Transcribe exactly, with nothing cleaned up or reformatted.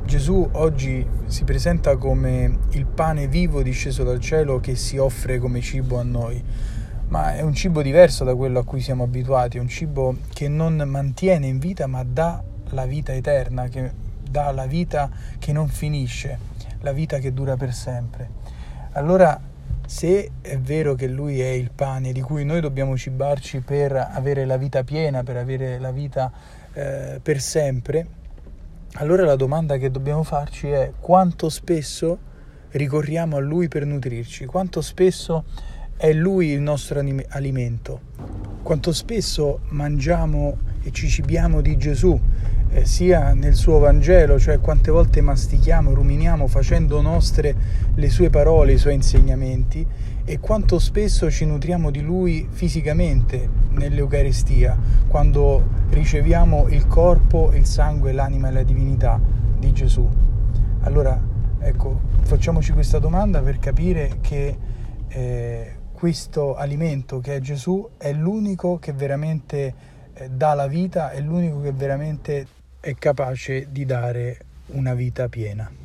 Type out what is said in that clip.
Gesù oggi si presenta come il pane vivo disceso dal cielo che si offre come cibo a noi, ma è un cibo diverso da quello a cui siamo abituati, è un cibo che non mantiene in vita ma dà la vita eterna, che dà la vita che non finisce, la vita che dura per sempre. Allora, se è vero che Lui è il pane di cui noi dobbiamo cibarci per avere la vita piena, per avere la vita eh, per sempre, allora la domanda che dobbiamo farci è: quanto spesso ricorriamo a Lui per nutrirci? Quanto spesso è Lui il nostro alimento? Quanto spesso mangiamo e ci cibiamo di Gesù, eh, sia nel suo Vangelo, cioè quante volte mastichiamo, ruminiamo facendo nostre le sue parole, i suoi insegnamenti, e quanto spesso ci nutriamo di Lui fisicamente nell'Eucaristia, quando riceviamo il corpo, il sangue, l'anima e la divinità di Gesù. Allora, ecco, facciamoci questa domanda per capire che eh, questo alimento che è Gesù è l'unico che veramente eh, dà la vita, è l'unico che veramente è capace di dare una vita piena.